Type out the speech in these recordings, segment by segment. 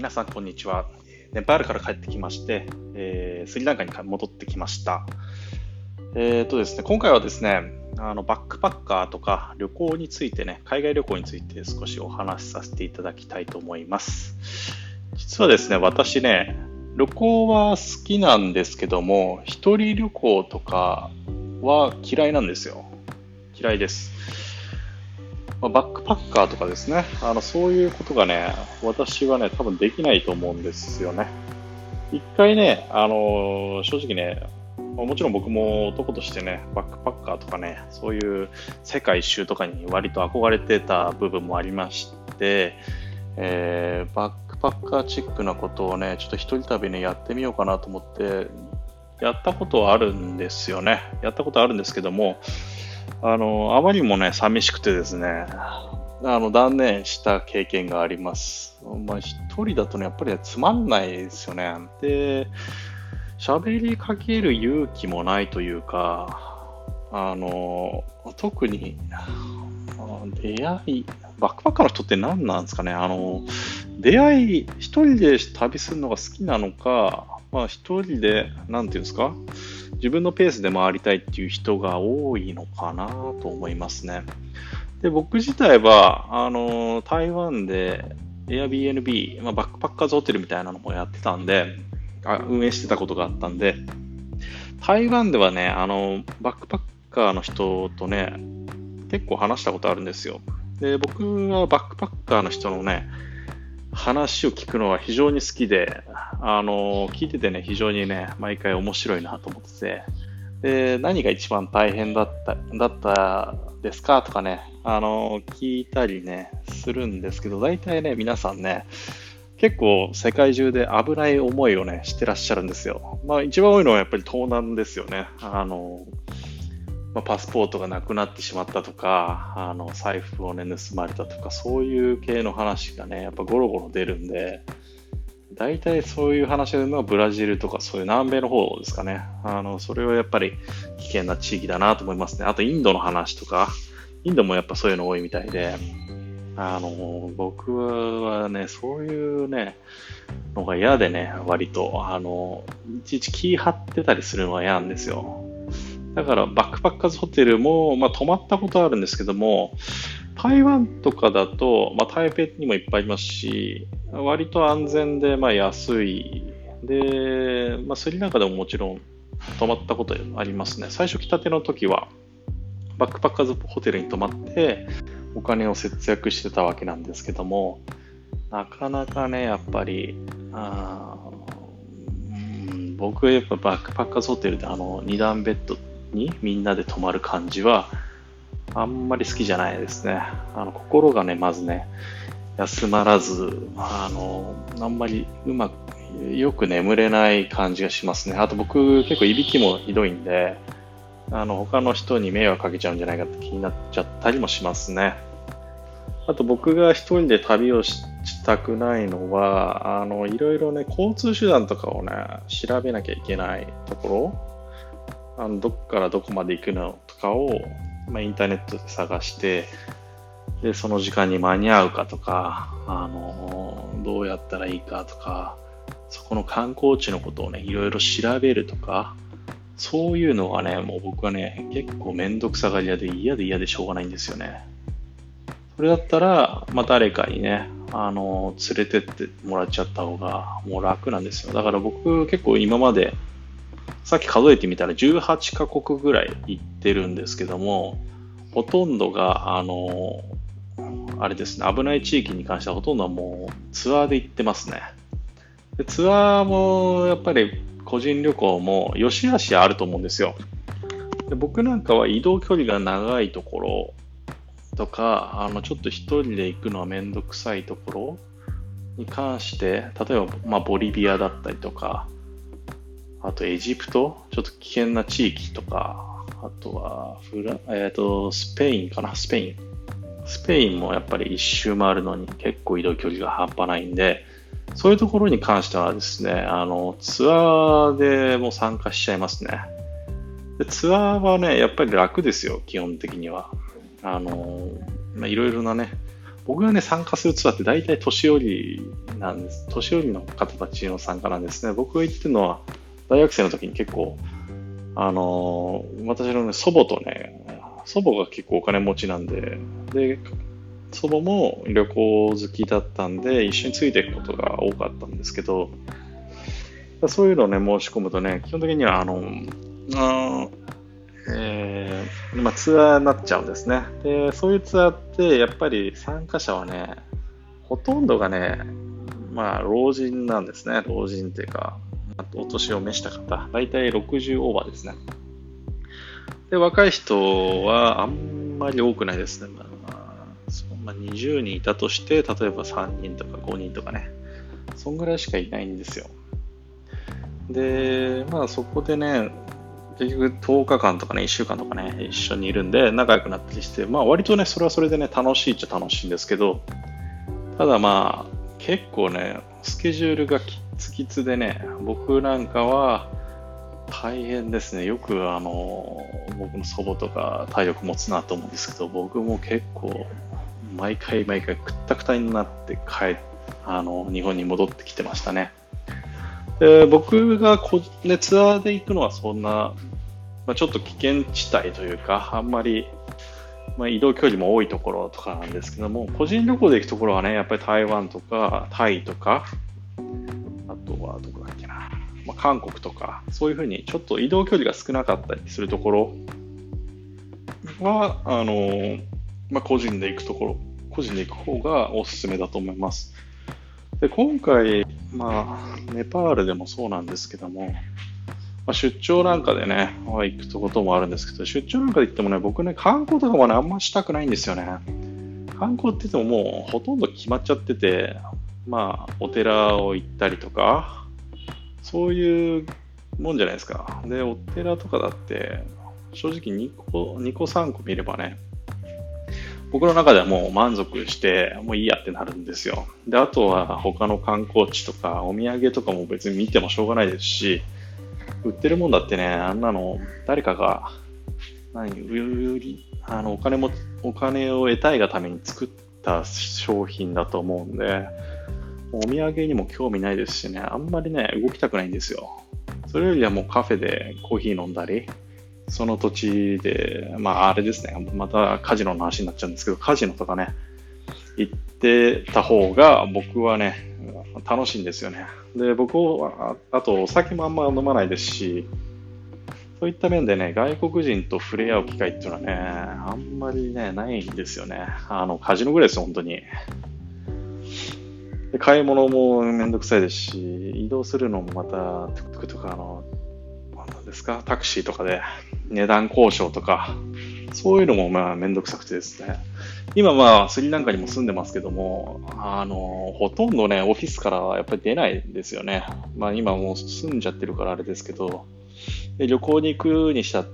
皆さん、こんにちは。ネパールから帰ってきまして、スリランカに戻ってきました。ですね、今回はですね、バックパッカーとか旅行についてね、海外旅行について少しお話しさせていただきたいと思います。実はですね、私ね、旅行は好きなんですけども、一人旅行とかは嫌いなんですよ。嫌いです。バックパッカーとかですね、そういうことがね、私はね、多分できないと思うんですよね。一回ね、正直ね、もちろん僕も男としてね、バックパッカーとかね、そういう世界一周とかに割と憧れてた部分もありまして、バックパッカーチックなことをね、ちょっと一人旅ね、やってみようかなと思って、やったことはあるんですよね。やったことあるんですけども、あまりにもね、寂しくてですね、断念した経験があります。一人だとね、やっぱり、ね、つまんないですよね。で、喋りかける勇気もないというか、特に、出会い、バックパッカーの人って何なんですかね。出会い、一人で旅するのが好きなのか、一人で、なんていうんですか、自分のペースで回りたいっていう人が多いのかなと思いますね。で、僕自体は、台湾で Airbnb、バックパッカーズホテルみたいなのもやってたんで、運営してたことがあったんで、台湾ではね、バックパッカーの人とね、結構話したことあるんですよ。で、僕はバックパッカーの人のね、話を聞くのは非常に好きで、聞いててね、非常にね、毎回面白いなと思ってて、で、何が一番大変だったですかとかね、聞いたりね、するんですけど、大体ね、皆さんね、結構世界中で危ない思いをね、してらっしゃるんですよ。一番多いのはやっぱり盗難ですよね。パスポートがなくなってしまったとか、財布をね、盗まれたとか、そういう系の話がね、やっぱゴロゴロ出るんで、大体そういう話が出るのはブラジルとかそういう南米の方ですかね。それはやっぱり危険な地域だなと思いますね。あとインドの話とか、インドもやっぱそういうの多いみたいで、僕はね、そういうね、のが嫌でね、割と、いちいち気張ってたりするのは嫌なんですよ。だからバックパッカーズホテルも、泊まったことあるんですけども、台湾とかだと、台北にもいっぱいありますし、割と安全で、安い。で、スリランカでももちろん泊まったことありますね。最初来たての時は、バックパッカーズホテルに泊まって、お金を節約してたわけなんですけども、なかなかね、やっぱり、僕はやっぱバックパッカーズホテルで2段ベッドにみんなで泊まる感じはあんまり好きじゃないですね。心がね、まずね、休まらず、あんまりうまく、よく眠れない感じがしますね。あと僕結構いびきもひどいんで、他の人に迷惑かけちゃうんじゃないかって気になっちゃったりもしますね。あと僕が一人で旅をしたくないのは、いろいろね、交通手段とかをね、調べなきゃいけないところ、どこからどこまで行くのとかを、インターネットで探して、で、その時間に間に合うかとか、どうやったらいいかとか、そこの観光地のことをね、いろいろ調べるとか、そういうのはね、もう僕はね、結構めんどくさがり屋で嫌で嫌でしょうがないんですよね。それだったら、誰かにね、連れてってもらっちゃった方がもう楽なんですよ。だから僕結構今まで、さっき数えてみたら18カ国ぐらい行ってるんですけども、ほとんどが、あれですね、危ない地域に関してはほとんどはもうツアーで行ってますね。でツアーもやっぱり個人旅行も良し悪しあると思うんですよ。で僕なんかは移動距離が長いところとか、ちょっと一人で行くのはめんどくさいところに関して、例えば、ボリビアだったりとか、あとエジプト、ちょっと危険な地域とか、あとはスペインかな、スペイン。スペインもやっぱり一周回るのに結構移動距離が半端ないんで、そういうところに関してはですね、ツアーでも参加しちゃいますね。でツアーはね、やっぱり楽ですよ、基本的には。いろいろなね、 僕がね、参加するツアーって大体年寄りなんです。年寄りの方たちの参加なんですね。僕が行ってるのは、大学生の時に結構、私のね、祖母とね、祖母が結構お金持ちなんで、で、祖母も旅行好きだったんで、一緒についていくことが多かったんですけど、そういうのをね、申し込むとね、基本的には、ツアーになっちゃうんですね。で、そういうツアーって、やっぱり参加者はね、ほとんどがね、老人なんですね。老人っていうか、お年を召した方。だいたい60オーバーですね。で、若い人はあんまり多くないですね。20人いたとして、例えば3人とか5人とかね、そんぐらいしかいないんですよ。で、そこでね、結局10日間とかね、1週間とかね、一緒にいるんで仲良くなったりして、割とね、それはそれでね、楽しいっちゃ楽しいんですけど、ただ結構ね、スケジュールがきつきつでね、僕なんかは大変ですね。よく僕の祖母とか体力持つなと思うんですけど、僕も結構毎回くったくたになって日本に戻ってきてましたね。で、僕がツアーで行くのはそんな、ちょっと危険地帯というか、あんまり、移動距離も多いところとかなんですけども、個人旅行で行くところはね、やっぱり台湾とかタイとか、あとはどこだっけな、韓国とか、そういうふうにちょっと移動距離が少なかったりするところは、個人で行く方がおすすめだと思います。で、今回、ネパールでもそうなんですけども、出張なんかでね、行くこともあるんですけど、出張なんかで行ってもね、僕ね、観光とかはね、あんましたくないんですよね。観光って言ってももうほとんど決まっちゃってて、お寺を行ったりとか、そういうもんじゃないですか。で、お寺とかだって、正直2個3個見ればね、僕の中ではもう満足して、もういいやってなるんですよ。で、あとは他の観光地とか、お土産とかも別に見てもしょうがないですし、売ってるもんだってね、あんなの誰かがお金を得たいがために作った商品だと思うんで、お土産にも興味ないですしね、あんまりね、動きたくないんですよ。それよりはもうカフェでコーヒー飲んだり、その土地で、あれですね、またカジノの話になっちゃうんですけど、カジノとかね、行ってた方が僕はね、楽しいんですよね。で、僕は、あとお酒もあんま飲まないですし、そういった面でね、外国人と触れ合う機会っていうのはね、あんまりね、ないんですよね。カジノぐらいですよ、本当に。で、買い物もめんどくさいですし、移動するのもまた、トゥクトゥクとか何ですか、タクシーとかで値段交渉とか、そういうのもめんどくさくてですね。今スリランカにも住んでますけども、ほとんどね、オフィスからやっぱり出ないんですよね。今もう住んじゃってるからあれですけど、で旅行に行くにしたって、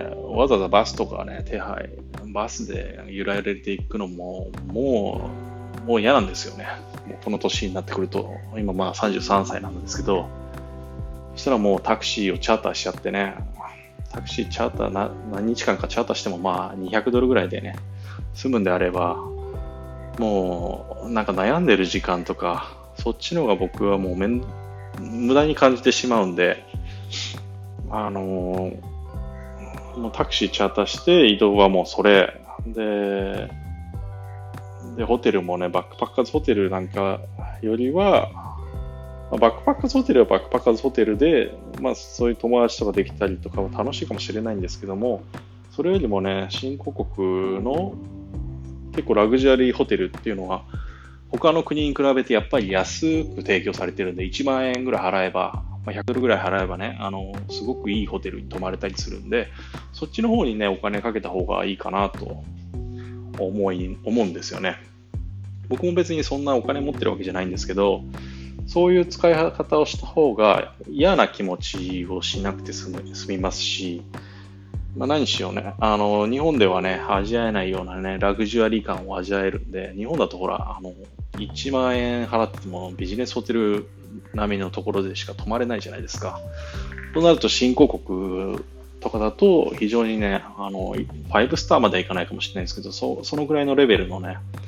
わざわざバスとかね、バスで揺られていくのも、もう嫌なんですよね。もうこの年になってくると、今33歳なんですけど、そしたらもうタクシーをチャーターしちゃってね、タクシーチャーター何日間かチャーターしても200ドルぐらいでね、済むんであれば、もうなんか悩んでる時間とか、そっちの方が僕はもう無駄に感じてしまうんで、もうタクシーチャーターして移動はもうそれで、ホテルもね、バックパッカーズホテルなんかよりは、バックパッカーズホテルはバックパッカーズホテルで、そういう友達とかできたりとかも楽しいかもしれないんですけども、それよりもね、新興国の結構ラグジュアリーホテルっていうのは、他の国に比べてやっぱり安く提供されてるんで、1万円ぐらい払えば、100ドルぐらい払えばね、すごくいいホテルに泊まれたりするんで、そっちの方にね、お金かけた方がいいかなと思うんですよね。僕も別にそんなお金持ってるわけじゃないんですけど、そういう使い方をした方が嫌な気持ちをしなくて済みますし、何しようね、日本ではね、味わえないようなね、ラグジュアリー感を味わえるんで、日本だとほら、1万円払ってもビジネスホテル並みのところでしか泊まれないじゃないですか。となると新興国とかだと非常にね、5スターまではいかないかもしれないですけど、そのぐらいのレベルのね、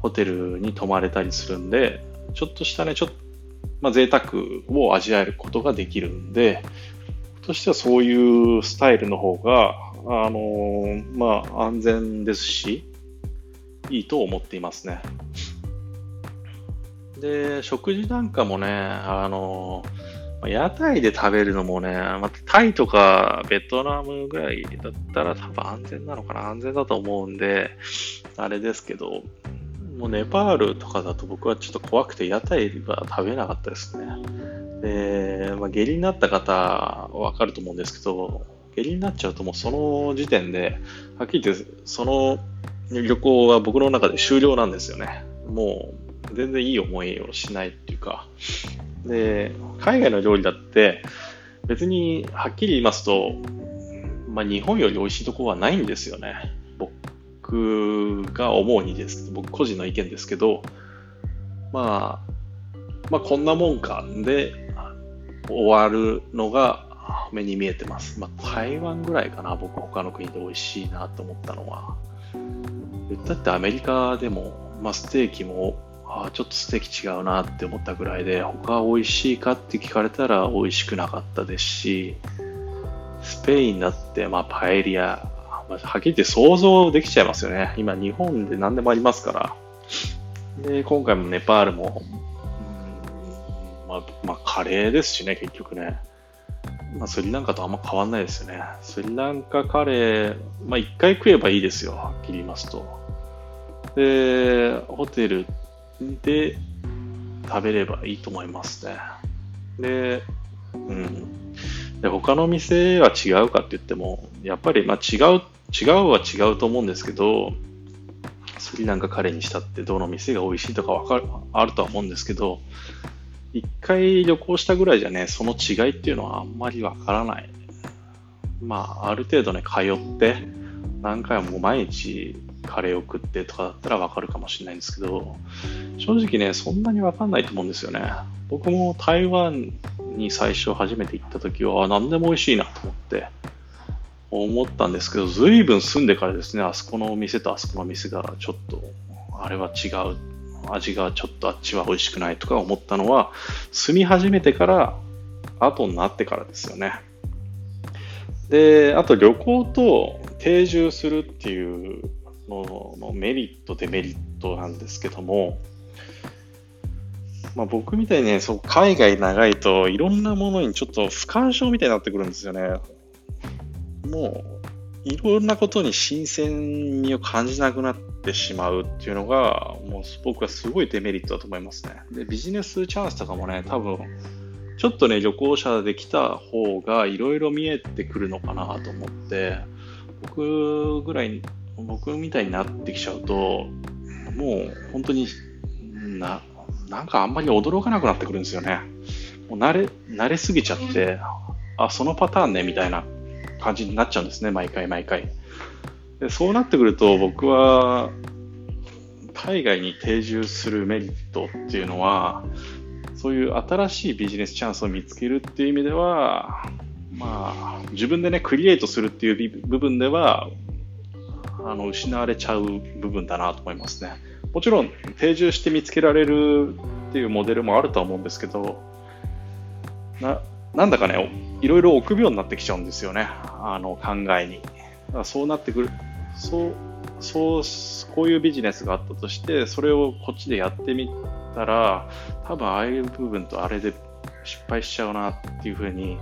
ホテルに泊まれたりするんで、ちょっとしたね、贅沢を味わえることができるんで、としてはそういうスタイルの方が、安全ですし、いいと思っていますね。で、食事なんかもね、屋台で食べるのもね、タイとかベトナムぐらいだったら多分安全なのかな、安全だと思うんで、あれですけど、もうネパールとかだと僕はちょっと怖くて屋台は食べなかったですね。で、下痢になった方はわかると思うんですけど、下痢になっちゃうともうその時点で、はっきり言ってその旅行は僕の中で終了なんですよね。もう全然いい思いをしないっていうか。で、海外の料理だって別にはっきり言いますと、日本より美味しいところはないんですよね。僕が思うにですけど、僕個人の意見ですけど、こんなもんかで終わるのが目に見えてます。台湾ぐらいかな、僕他の国で美味しいなと思ったのは。言ったってアメリカでも、ステーキもちょっとステーキ違うなって思ったぐらいで、他美味しいかって聞かれたら美味しくなかったですし、スペインだってパエリア、はっきり言って想像できちゃいますよね。今日本で何でもありますから。で、今回もネパールも、カレーですしね、結局ね。スリランカとあんま変わんないですよね。スリランカカレー、一回食えばいいですよ、はっきり言いますと。で、ホテルで食べればいいと思いますね。で、他の店は違うかって言っても、やっぱり違うは違うと思うんですけど、スリランカカレーにしたってどの店が美味しいとかあるとは思うんですけど、一回旅行したぐらいじゃね、その違いっていうのはあんまりわからない。ある程度ね、通って、何回も毎日カレーを食ってとかだったらわかるかもしれないんですけど、正直ね、そんなにわかんないと思うんですよね。僕も台湾に最初初めて行った時は、何でも美味しいなと思ったんですけど、随分住んでからですね、あそこのお店とあそこの店がちょっと、あれは違う。味がちょっとあっちは美味しくないとか思ったのは、住み始めてから後になってからですよね。で、あと旅行と定住するっていうののメリットデメリットなんですけども、僕みたいにね、海外長いといろんなものにちょっと不干渉みたいになってくるんですよね。もういろんなことに新鮮味を感じなくなってしまうっていうのが、もう僕はすごいデメリットだと思いますね。で、ビジネスチャンスとかもね、多分、ちょっとね、旅行者で来た方がいろいろ見えてくるのかなと思って、僕みたいになってきちゃうと、もう本当になんかあんまり驚かなくなってくるんですよね。もう慣れすぎちゃって、そのパターンね、みたいな感じになっちゃうんですね、毎回。で、そうなってくると僕は海外に定住するメリットっていうのは、そういう新しいビジネスチャンスを見つけるっていう意味では、自分でね、クリエイトするっていう部分では、失われちゃう部分だなと思いますね。もちろん定住して見つけられるっていうモデルもあるとは思うんですけど、なんだかね、いろいろ臆病になってきちゃうんですよね、考えに。そうなってくる、こういうビジネスがあったとして、それをこっちでやってみたら、多分ああいう部分とあれで失敗しちゃうなっていうふうに、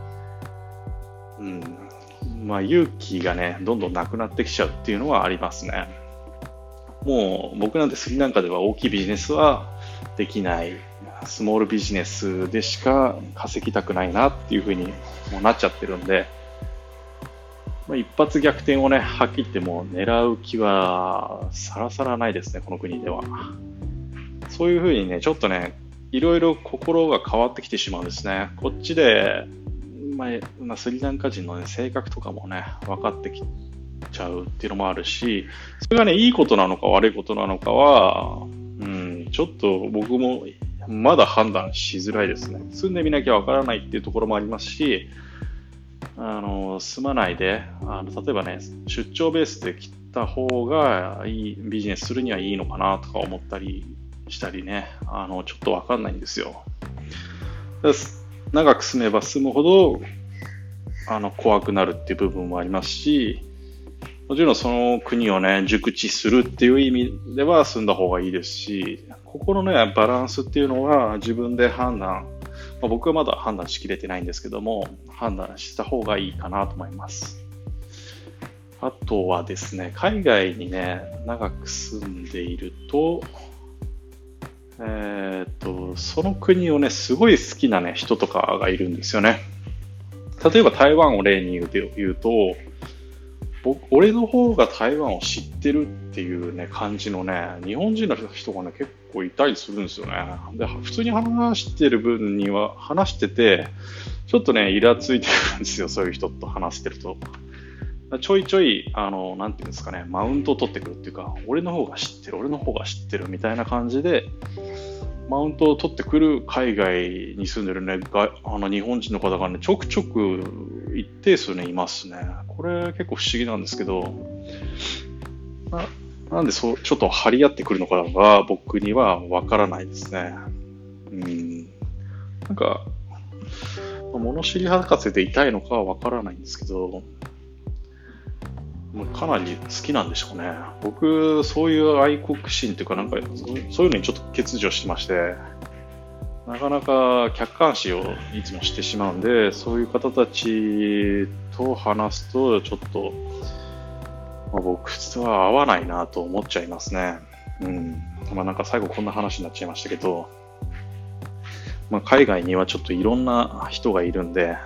勇気がね、どんどんなくなってきちゃうっていうのはありますね。もう僕なんてスリランカでは大きいビジネスはできない、スモールビジネスでしか稼ぎたくないなっていうふうにもうなっちゃってるんで、一発逆転をね、はっきり言っても狙う気はさらさらないですね、この国では。そういうふうにね、ちょっとね、いろいろ心が変わってきてしまうんですね。こっちで、スリランカ人の、ね、性格とかもね、分かってきちゃうっていうのもあるし、それがね、いいことなのか悪いことなのかは、ちょっと僕もまだ判断しづらいですね。住んでみなきゃ分からないっていうところもありますし、住まないで、例えばね、出張ベースで来た方がビジネスするにはいいのかなとか思ったりしたりね、ちょっとわかんないんですよ。長く住めば住むほど、怖くなるっていう部分もありますし、もちろんその国をね、熟知するっていう意味では住んだ方がいいですし、ここのね、バランスっていうのは自分で判断、僕はまだ判断しきれてないんですけども、判断した方がいいかなと思います。あとはですね、海外にね、長く住んでいると、その国をね、すごい好きなね、人とかがいるんですよね。例えば台湾を例に言うと、俺の方が台湾を知ってるっていうね、感じのね、日本人の人がね、結構いたりするんですよね。で、普通に話してる分には、話してて、ちょっとね、イラついてるんですよ、そういう人と話してると。ちょいちょい、なんていうんですかね、マウントを取ってくるっていうか、俺の方が知ってるみたいな感じで、マウントを取ってくる海外に住んでるね、日本人の方がね、ちょくちょく一定数ね、いますね。これ結構不思議なんですけど、なんでちょっと張り合ってくるのかが僕にはわからないですね。なんか、物知り博士でいたいのかはわからないんですけど、かなり好きなんでしょうね。僕、そういう愛国心というか、なんか、そういうのにちょっと欠如してまして、なかなか客観視をいつもしてしまうんで、そういう方たちと話すと、ちょっと、僕とは合わないなと思っちゃいますね。なんか最後こんな話になっちゃいましたけど、海外にはちょっといろんな人がいるんで、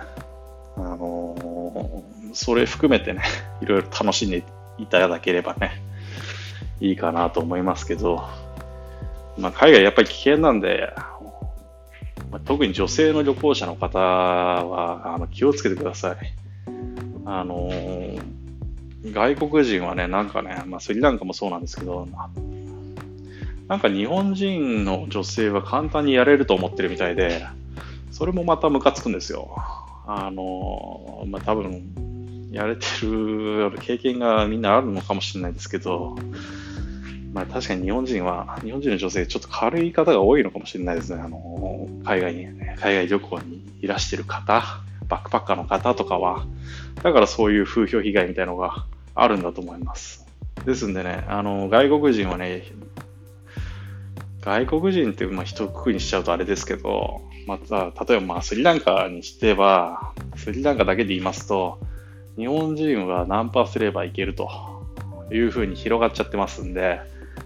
それ含めてね、いろいろ楽しんでいただければね、いいかなと思いますけど、海外やっぱり危険なんで、特に女性の旅行者の方は気をつけてください。外国人はね、なんかね、スリランカもそうなんですけど、なんか日本人の女性は簡単にやれると思ってるみたいで、それもまたムカつくんですよ。多分、やれてる経験がみんなあるのかもしれないですけど、確かに日本人の女性ちょっと軽い方が多いのかもしれないですね。海外旅行にいらしてる方、バックパッカーの方とかは、だからそういう風評被害みたいなのがあるんだと思います。ですんでね、外国人はね、外国人って一括りにしちゃうとあれですけど、例えばスリランカにしては、スリランカだけで言いますと、日本人はナンパすればいけるという風に広がっちゃってますんで、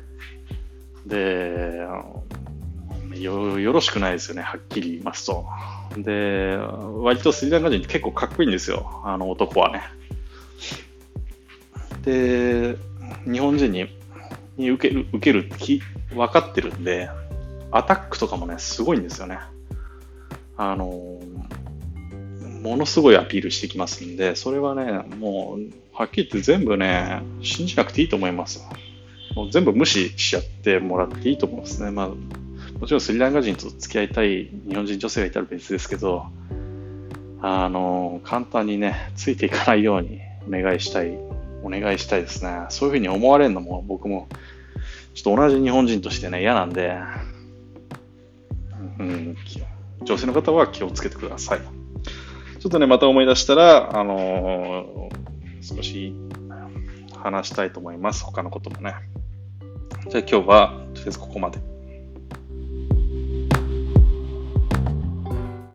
よろしくないですよね、はっきり言いますと。で、割とスリランカ人って結構かっこいいんですよ、男はね。で、日本人に受けるって分かってるんで、アタックとかもね、すごいんですよね。ものすごいアピールしてきますんで、それはね、もう、はっきり言って全部ね、信じなくていいと思います。もう全部無視しちゃってもらっていいと思いますね。もちろんスリランカ人と付き合いたい日本人女性がいたら別ですけど、簡単にね、ついていかないようにお願いしたいですね。そういうふうに思われるのも僕も、ちょっと同じ日本人としてね、嫌なんで、女性の方は気をつけてください。ちょっとね、また思い出したら、少し話したいと思います。他のこともね。じゃあ今日は、とりあえずここまで。